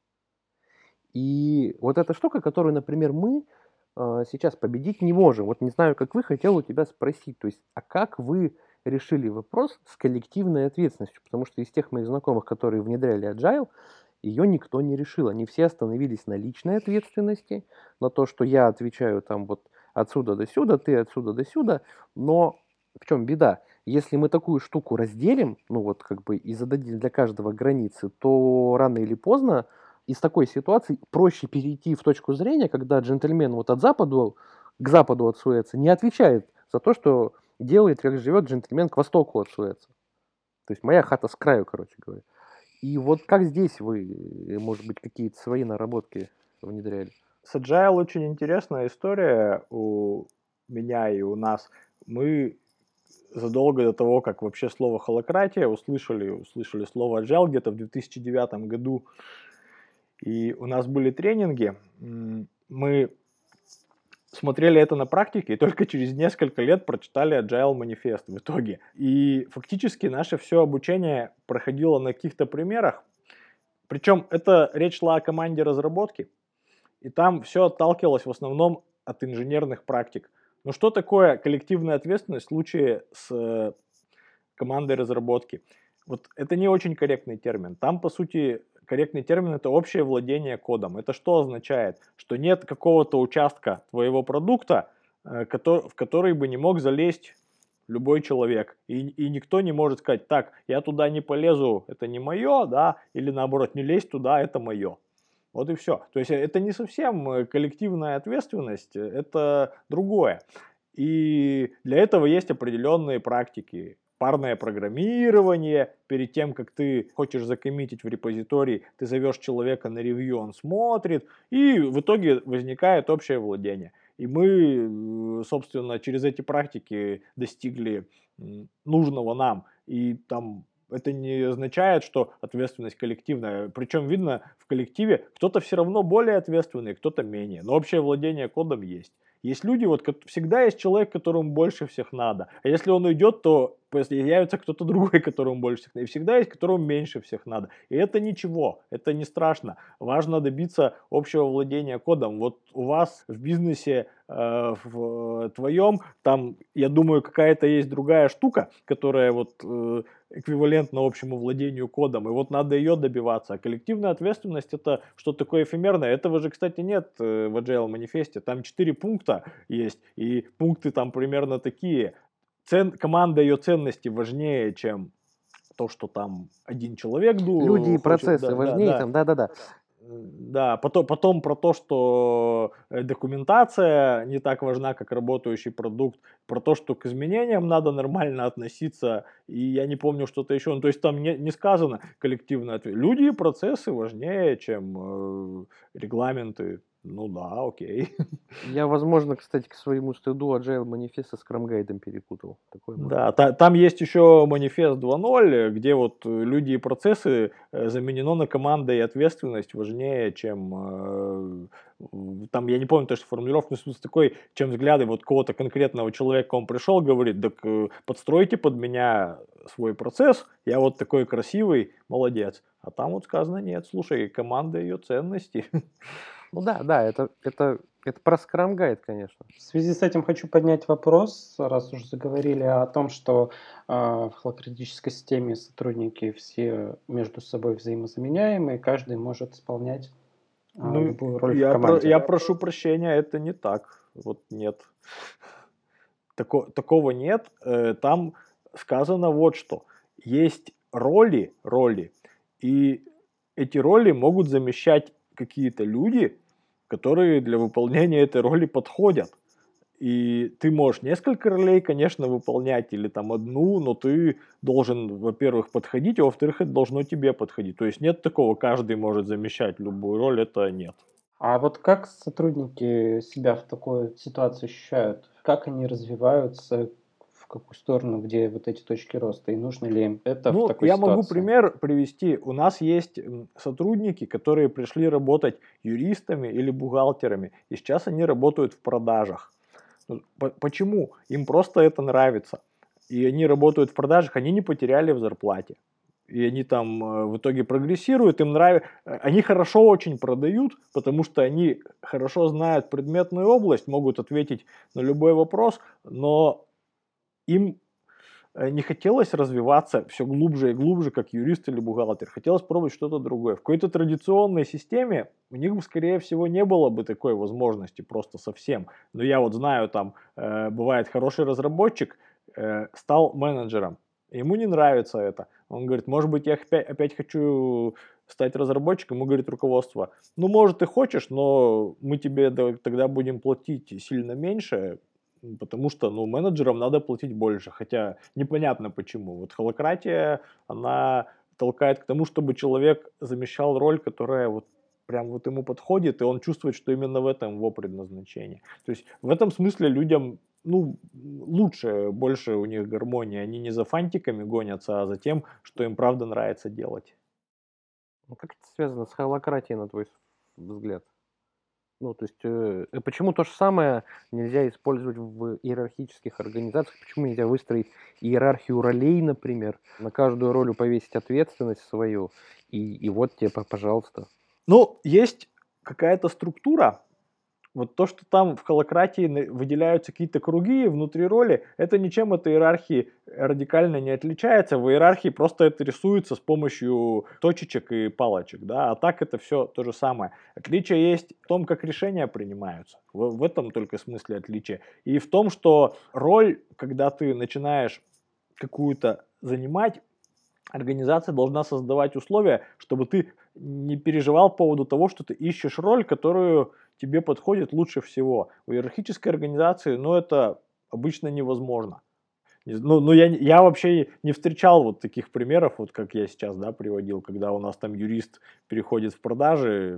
И вот эта штука, которую, например, мы сейчас победить не можем. Вот не знаю, как вы, хотел у тебя спросить, то есть, а как вы решили вопрос с коллективной ответственностью? Потому что из тех моих знакомых, которые внедряли agile, ее никто не решил. Они все остановились на личной ответственности, на то, что я отвечаю там вот отсюда до сюда, ты отсюда до сюда. Но в чем беда? Если мы такую штуку разделим, ну вот как бы и зададим для каждого границы, то рано или поздно из такой ситуации проще перейти в точку зрения, когда джентльмен вот от западу к западу от Суэца не отвечает за то, что делает, как живет джентльмен к востоку от Суэца. То есть моя хата с краю, короче говоря. И вот как здесь вы, может быть, какие-то свои наработки внедряли? С Agile очень интересная история у меня и у нас. Мы задолго до того, как вообще слово холократия услышали слово Agile где-то в 2009 году. И у нас были тренинги. Мы смотрели это на практике и только через несколько лет прочитали Agile манифест в итоге. И фактически наше все обучение проходило на каких-то примерах. Причем это речь шла о команде разработки. И там все отталкивалось в основном от инженерных практик. Но что такое коллективная ответственность в случае с командой разработки? Вот это не очень корректный термин. Там, по сути, корректный термин – это общее владение кодом. Это что означает? Что нет какого-то участка твоего продукта, в который бы не мог залезть любой человек. И никто не может сказать: так, я туда не полезу, это не мое, да, или наоборот, не лезь туда, это мое. Вот и все. То есть это не совсем коллективная ответственность, это другое. И для этого есть определенные практики. Парное программирование. Перед тем, как ты хочешь закоммитить в репозитории, ты зовешь человека на ревью, он смотрит, и в итоге возникает общее владение. И мы, собственно, через эти практики достигли нужного нам. И там это не означает, что ответственность коллективная. Причем видно, в коллективе кто-то все равно более ответственный, кто-то менее. Но общее владение кодом есть. Есть люди, вот всегда есть человек, которому больше всех надо. А если он уйдет, то появится кто-то другой, которому больше всех надо. И всегда есть, которому меньше всех надо. И это ничего, это не страшно. Важно добиться общего владения кодом. Вот у вас в бизнесе, в твоем, там, я думаю, какая-то есть другая штука, которая вот эквивалентна общему владению кодом. И вот надо ее добиваться. А коллективная ответственность — это что такое эфемерное. Этого же, кстати, нет в Agile манифесте. Там 4 пункта есть. И пункты там примерно такие. Команда ее ценности важнее, чем то, что там один человек Люди и процессы да, важнее, да, там, да-да-да. Да, потом про то, что документация не так важна, как работающий продукт, про то, что к изменениям надо нормально относиться, и я не помню что-то еще. Ну, то есть там не сказано коллективно. Люди и процессы важнее, чем регламенты. Ну да, окей. Я, возможно, кстати, к своему стыду Agile манифест со Scrum Guide перепутал. Такое может Да, там есть еще манифест 2.0, где вот люди и процессы заменено на команда и ответственность важнее, чем там, я не помню точно формулировку, но смысл такой, чем взгляды вот какого-то конкретного человека. Он пришел, говорит: так подстройте под меня свой процесс, я вот такой красивый, молодец. А там вот сказано: нет, слушай, команда ее ценности. Ну да, это про Scrum Guide, конечно. В связи с этим хочу поднять вопрос, раз уже заговорили о том, что в холократической системе сотрудники все между собой взаимозаменяемые, каждый может исполнять любую роль в команде. Я прошу прощения, это не так. Вот нет. Такого нет. Там сказано вот что. Есть роли, и эти роли могут замещать какие-то люди, которые для выполнения этой роли подходят. И ты можешь несколько ролей, конечно, выполнять, или там одну, но ты должен, во-первых, подходить, а во-вторых, это должно тебе подходить. То есть нет такого, каждый может замещать любую роль, это нет. А вот как сотрудники себя в такой ситуации ощущают? Как они развиваются? В какую сторону, где вот эти точки роста? И нужно ли им это в такой я ситуации? могу пример привести. У нас есть сотрудники, которые пришли работать юристами или бухгалтерами, и сейчас они работают в продажах. Почему? Им просто это нравится. И они работают в продажах, они не потеряли в зарплате. И они там в итоге прогрессируют, им нравится. Они хорошо очень продают, потому что они хорошо знают предметную область, могут ответить на любой вопрос, но им не хотелось развиваться все глубже и глубже, как юрист или бухгалтер. Хотелось пробовать что-то другое. В какой-то традиционной системе у них, скорее всего, не было бы такой возможности просто совсем. Но я вот знаю, там бывает хороший разработчик, стал менеджером. Ему не нравится это. Он говорит, может быть, я опять хочу стать разработчиком. Ему говорит руководство, ну, может, ты хочешь, но мы тебе тогда будем платить сильно меньше, потому что, ну, менеджерам надо платить больше. Хотя непонятно почему. Вот холакратия, она толкает к тому, чтобы человек замещал роль, которая вот прям вот ему подходит, и он чувствует, что именно в этом его предназначение. То есть в этом смысле людям, ну, лучше, больше у них гармония. Они не за фантиками гонятся, а за тем, что им правда нравится делать. Ну, как это связано с холакратией, на твой взгляд? Ну, то есть, почему то же самое нельзя использовать в иерархических организациях? Почему нельзя выстроить иерархию ролей, например, на каждую роль повесить ответственность свою, и вот тебе, пожалуйста. Ну, есть какая-то структура. Вот то, что там в холакратии выделяются какие-то круги внутри роли, это ничем от иерархии радикально не отличается. В иерархии просто это рисуется с помощью точечек и палочек, да, а так это все то же самое. Отличие есть в том, как решения принимаются. В этом только смысле отличие. И в том, что роль, когда ты начинаешь какую-то занимать, организация должна создавать условия, чтобы ты не переживал по поводу того, что ты ищешь роль, которую тебе подходит лучше всего. В иерархической организации, ну, это обычно невозможно. Ну, я вообще не встречал вот таких примеров, вот как я сейчас, да, приводил, когда у нас там юрист переходит в продажи,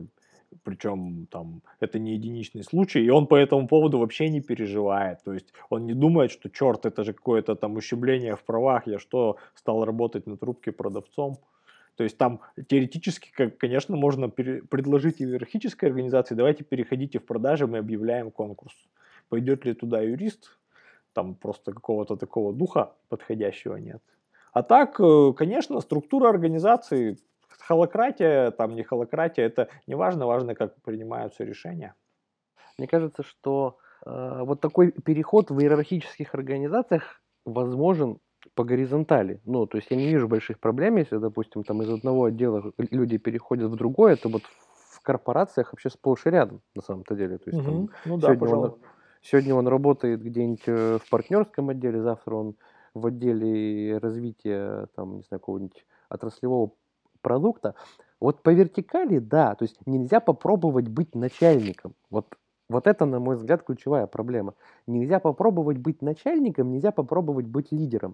причем там это не единичный случай, и он по этому поводу вообще не переживает. То есть он не думает, что черт, это же какое-то там ущемление в правах, я что, стал работать на трубке продавцом. То есть там теоретически, конечно, можно предложить иерархической организации, давайте переходите в продажи, мы объявляем конкурс. Пойдет ли туда юрист, там просто какого-то такого духа подходящего нет. А так, конечно, структура организации, холакратия, там не холакратия, это не важно, важно, как принимаются решения. Мне кажется, что вот такой переход в иерархических организациях возможен по горизонтали. Ну, то есть я не вижу больших проблем, если, допустим, там из одного отдела люди переходят в другой, это вот в корпорациях вообще сплошь и рядом, на самом-то деле. То есть там Ну да, пожалуй. сегодня он работает где-нибудь в партнерском отделе, завтра он в отделе развития, там, не знаю, какого-нибудь отраслевого продукта. Вот по вертикали, да, то есть нельзя попробовать быть начальником. Вот это, на мой взгляд, ключевая проблема. Нельзя попробовать быть начальником, нельзя попробовать быть лидером.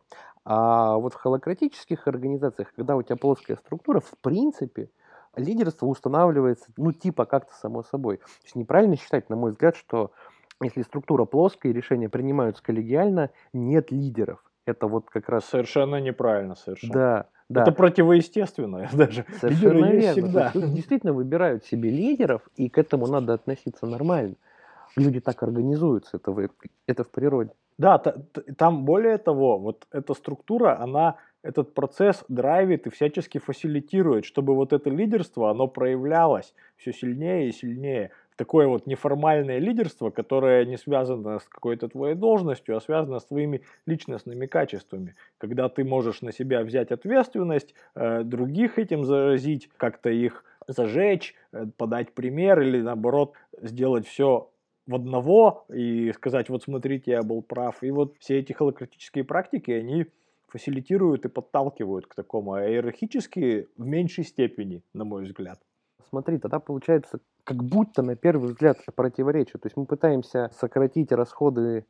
А вот в холакратических организациях, когда у тебя плоская структура, в принципе, лидерство устанавливается, ну, типа как-то само собой. То есть неправильно считать, на мой взгляд, что если структура плоская и решения принимаются коллегиально, нет лидеров. Это вот как раз... Совершенно неправильно, совершенно. Да, да. Это противоестественно даже. Совершенно Лидеры есть верно. всегда. Люди действительно выбирают себе лидеров, и к этому надо относиться нормально. Люди так организуются, это в природе. Да, там более того, вот эта структура, она этот процесс драйвит и всячески фасилитирует, чтобы вот это лидерство, оно проявлялось все сильнее и сильнее. Такое вот неформальное лидерство, которое не связано с какой-то твоей должностью, а связано с твоими личностными качествами. Когда ты можешь на себя взять ответственность, других этим заразить, как-то их зажечь, подать пример или наоборот сделать все в одного и сказать, вот смотрите, я был прав. И вот все эти холакратические практики, они фасилитируют и подталкивают к такому, а иерархические в меньшей степени, на мой взгляд. Смотри, тогда получается как будто на первый взгляд противоречие. То есть мы пытаемся сократить расходы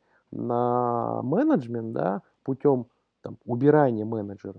на менеджмент, да, путем там, убирания менеджеров,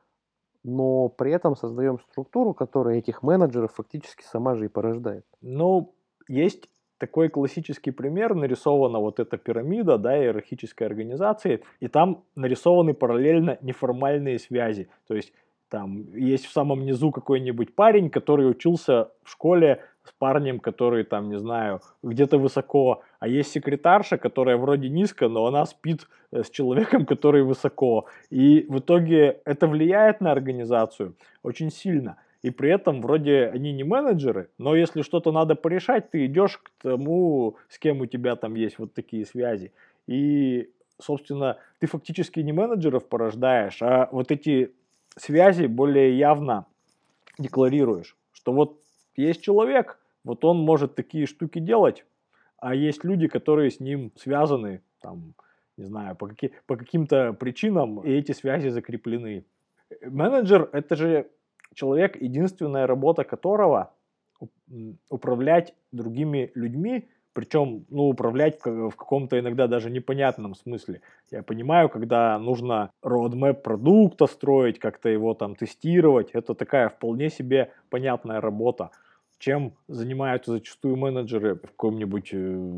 но при этом создаем структуру, которая этих менеджеров фактически сама же и порождает. Ну, есть такой классический пример, нарисована вот эта пирамида, да, иерархической организации, и там нарисованы параллельно неформальные связи. То есть там есть в самом низу какой-нибудь парень, который учился в школе с парнем, который там, не знаю, где-то высоко, а есть секретарша, которая вроде низко, но она спит с человеком, который высоко. И в итоге это влияет на организацию очень сильно. И при этом вроде они не менеджеры, но если что-то надо порешать, ты идешь к тому, с кем у тебя там есть вот такие связи. И собственно, ты фактически не менеджеров порождаешь, а вот эти связи более явно декларируешь, что вот есть человек, вот он может такие штуки делать, а есть люди, которые с ним связаны, там, не знаю, по каким-то причинам, и эти связи закреплены. Менеджер – это же человек, единственная работа которого управлять другими людьми, причем, управлять в каком-то иногда даже непонятном смысле. Я понимаю, когда нужно roadmap продукта строить, как-то его там тестировать, это такая вполне себе понятная работа. Чем занимаются зачастую менеджеры в каком-нибудь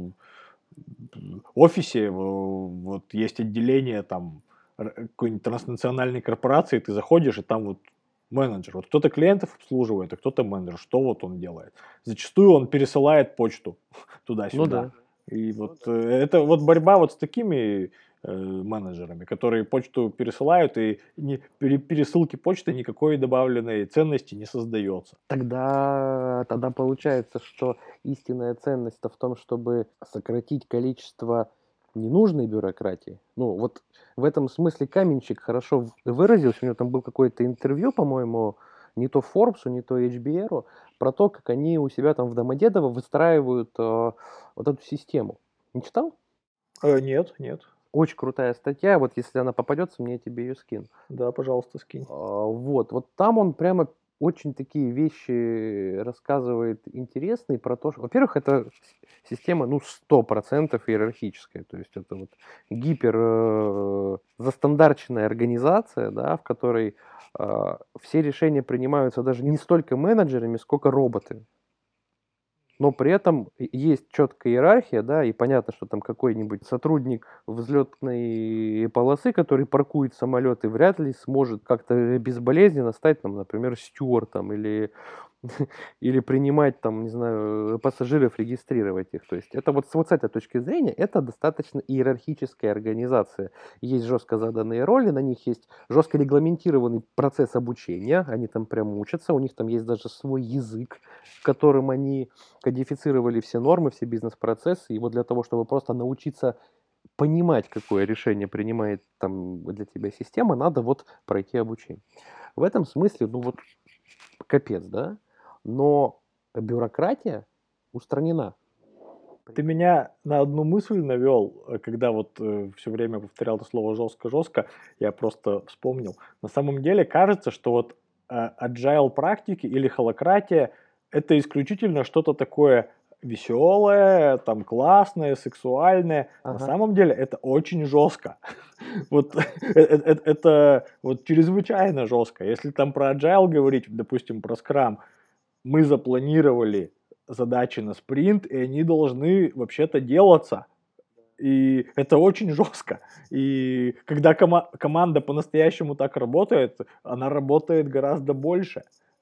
офисе, вот есть отделение там какой-нибудь транснациональной корпорации, ты заходишь, и там вот менеджер. Вот кто-то клиентов обслуживает, а кто-то менеджер. Что вот он делает? Зачастую он пересылает почту туда-сюда. Ну да. И вот это вот борьба вот с такими менеджерами, которые почту пересылают, и при пересылке почты никакой добавленной ценности не создается. Тогда получается, что истинная ценность-то в том, чтобы сократить количество ненужной бюрократии. Ну, вот в этом смысле Каменщик хорошо выразился. У него там был какое-то интервью, по-моему, не то Forbes, не то HBR, про то, как они у себя там в Домодедово выстраивают вот эту систему. Не читал? Нет. Очень крутая статья. Вот если она попадется, мне тебе ее скину. Да, пожалуйста, скинь. Вот там он прямо очень такие вещи рассказывает интересные про то, что, во-первых, это система, 100% иерархическая, то есть это вот гипер застандарченная организация, да, в которой все решения принимаются даже не столько менеджерами, сколько роботами. Но при этом есть четкая иерархия, да, и понятно, что там какой-нибудь сотрудник взлетной полосы, который паркует самолеты, вряд ли сможет как-то безболезненно стать, там, например, стюардом или принимать, там, не знаю, пассажиров, регистрировать их. То есть это вот с этой точки зрения, это достаточно иерархическая организация. Есть жестко заданные роли, на них есть жестко регламентированный процесс обучения, они там прям учатся, у них там есть даже свой язык, которым они кодифицировали все нормы, все бизнес-процессы, и вот для того, чтобы просто научиться понимать, какое решение принимает там для тебя система, надо вот пройти обучение. В этом смысле, капец, да? Но бюрократия устранена. Ты меня на одну мысль навел, когда вот все время повторял это слово жестко-жестко, я просто вспомнил. На самом деле кажется, что вот agile практики или холократия это исключительно что-то такое веселое, там классное, сексуальное. На Ага. самом деле это очень жестко. Вот это вот чрезвычайно жестко. Если там про agile говорить, допустим, про Scrum, мы запланировали задачи на спринт, и они должны вообще-то делаться. И это очень жестко. И когда команда по-настоящему так работает, она работает гораздо больше.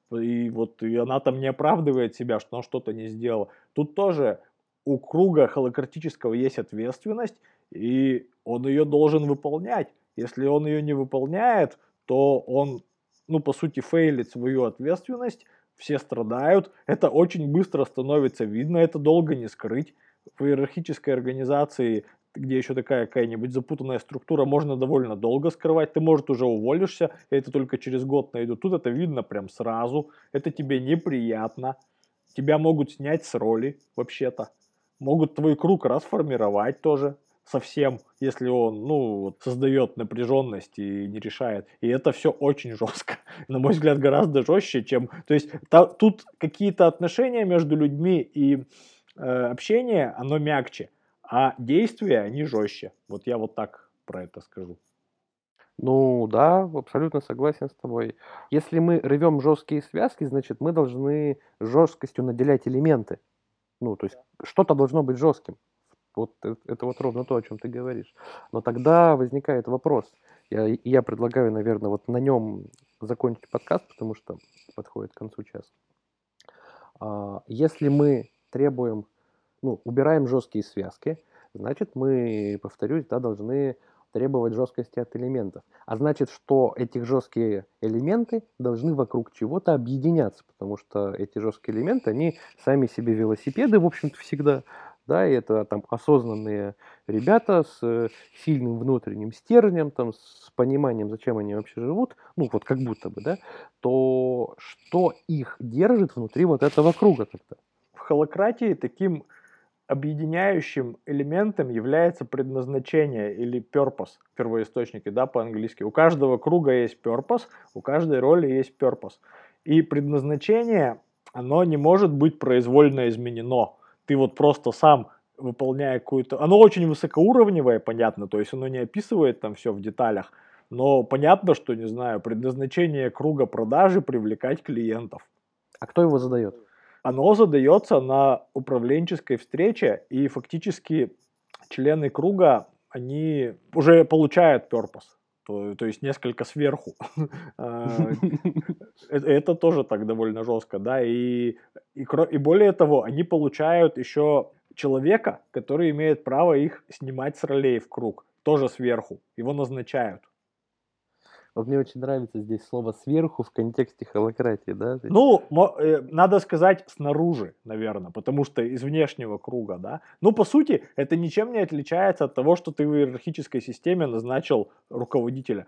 И она там не оправдывает себя, что она что-то не сделала. Тут тоже у круга холократического есть ответственность, и он ее должен выполнять. Если он ее не выполняет, то он, по сути, фейлит свою ответственность, все страдают, это очень быстро становится видно, это долго не скрыть. В иерархической организации, где еще такая какая-нибудь запутанная структура, можно довольно долго скрывать, ты, может, уже уволишься, и это только через год найдут. Тут это видно прям сразу, это тебе неприятно, тебя могут снять с роли, вообще-то, могут твой круг расформировать тоже, совсем, если он, создает напряженность и не решает. И это все очень жестко. На мой взгляд, гораздо жестче, чем... То есть тут какие-то отношения между людьми и общение, оно мягче, а действия, они жестче. Вот я вот так про это скажу. Да, абсолютно согласен с тобой. Если мы рвем жесткие связки, значит, мы должны жесткостью наделять элементы. То есть что-то должно быть жестким. Вот это вот ровно то, о чем ты говоришь. Но тогда возникает вопрос. Я предлагаю, наверное, вот на нем закончить подкаст, потому что подходит к концу час. Если мы требуем, убираем жесткие связки, значит, мы, повторюсь, должны требовать жесткости от элементов. А значит, что эти жесткие элементы должны вокруг чего-то объединяться, потому что эти жесткие элементы, они сами себе велосипеды, в общем-то, всегда. да, и это там осознанные ребята с сильным внутренним стержнем, там, с пониманием, зачем они вообще живут, ну, вот как будто бы, да, то что их держит внутри вот этого круга тогда? В холократии таким объединяющим элементом является предназначение или purpose в первоисточнике, да, по-английски. У каждого круга есть purpose, у каждой роли есть purpose. И предназначение, оно не может быть произвольно изменено. Ты вот просто сам, выполняя какую-то... Оно очень высокоуровневое, понятно, то есть оно не описывает там все в деталях, но понятно, что, не знаю, предназначение круга продажи — привлекать клиентов. А кто его задает? Оно задается на управленческой встрече, и фактически члены круга, они уже получают purpose, то есть несколько сверху. Это тоже так довольно жестко, да, и более того, они получают еще человека, который имеет право их снимать с ролей в круг, тоже сверху, его назначают. Вот мне очень нравится здесь слово «сверху» в контексте холократии, да? То есть Ну, надо сказать снаружи, наверное, потому что из внешнего круга, да. Ну, по сути, это ничем не отличается от того, что ты в иерархической системе назначил руководителя.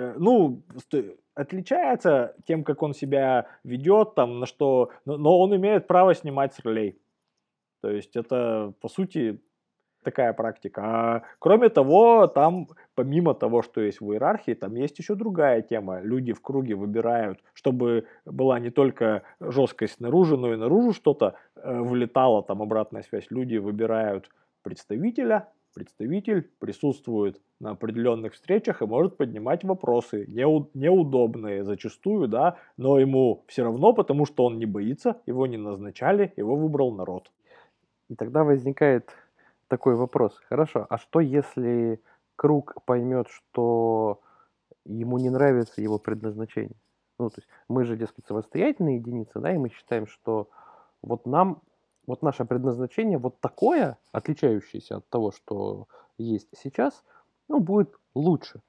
Отличается тем, как он себя ведет, там, на что, но он имеет право снимать с ролей. То есть это, по сути, такая практика. А кроме того, там, помимо того, что есть в иерархии, там есть еще другая тема. Люди в круге выбирают, чтобы была не только жесткость снаружи, но и наружу что-то вылетало, там обратная связь. Люди выбирают представителя, представитель присутствует на определенных встречах и может поднимать вопросы, неудобные зачастую, да, но ему все равно, потому что он не боится, его не назначали, его выбрал народ. И тогда возникает такой вопрос. Хорошо, а что если круг поймет, что ему не нравится его предназначение? Ну, то есть мы же, дескать, самостоятельные единицы, да, и мы считаем, что вот нам, вот наше предназначение вот такое, отличающееся от того, что есть сейчас, ну, будет лучше.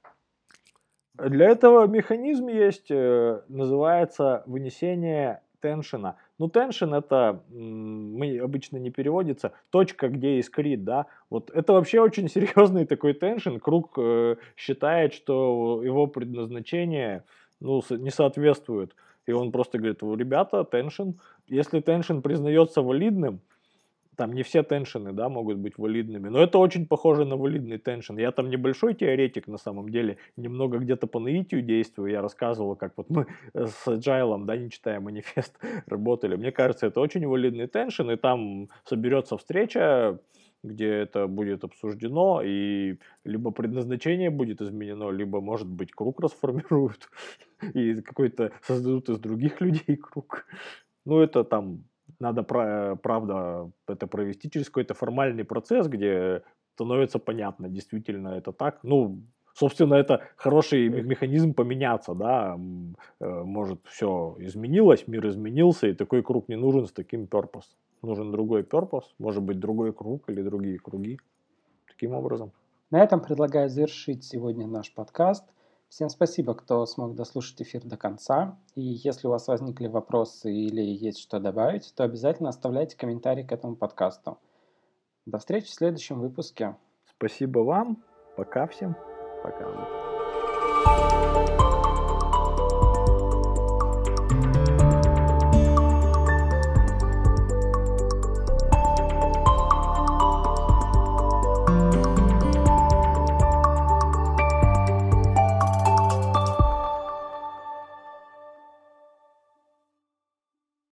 Для этого механизм есть, называется вынесение теншена. Ну, теншен — это, обычно не переводится, точка, где искрит, да. Вот это вообще очень серьезный такой теншен. Круг считает, что его предназначение, ну, не соответствует. И он просто говорит: ребята, теншен. Если теншен признается валидным, там не все теншены, да, могут быть валидными, но это очень похоже на валидный теншен. Я там небольшой теоретик на самом деле, немного где-то по наитию действую. Я рассказывал, как вот мы с Agile, да, не читая манифест, работали. Мне кажется, это очень валидный теншен, и там соберется встреча, где это будет обсуждено, и либо предназначение будет изменено, либо, может быть, круг расформируют, и какой-то создадут из других людей круг. Ну, это там... Надо, правда, это провести через какой-то формальный процесс, где становится понятно, действительно это так. Ну, собственно, это хороший механизм поменяться, да. Может, все изменилось, мир изменился, и такой круг не нужен с таким purpose. Нужен другой purpose, может быть, другой круг или другие круги. Таким образом. На этом предлагаю завершить сегодня наш подкаст. Всем спасибо, кто смог дослушать эфир до конца. И если у вас возникли вопросы или есть что добавить, то обязательно оставляйте комментарий к этому подкасту. До встречи в следующем выпуске. Спасибо вам. Пока всем. Пока.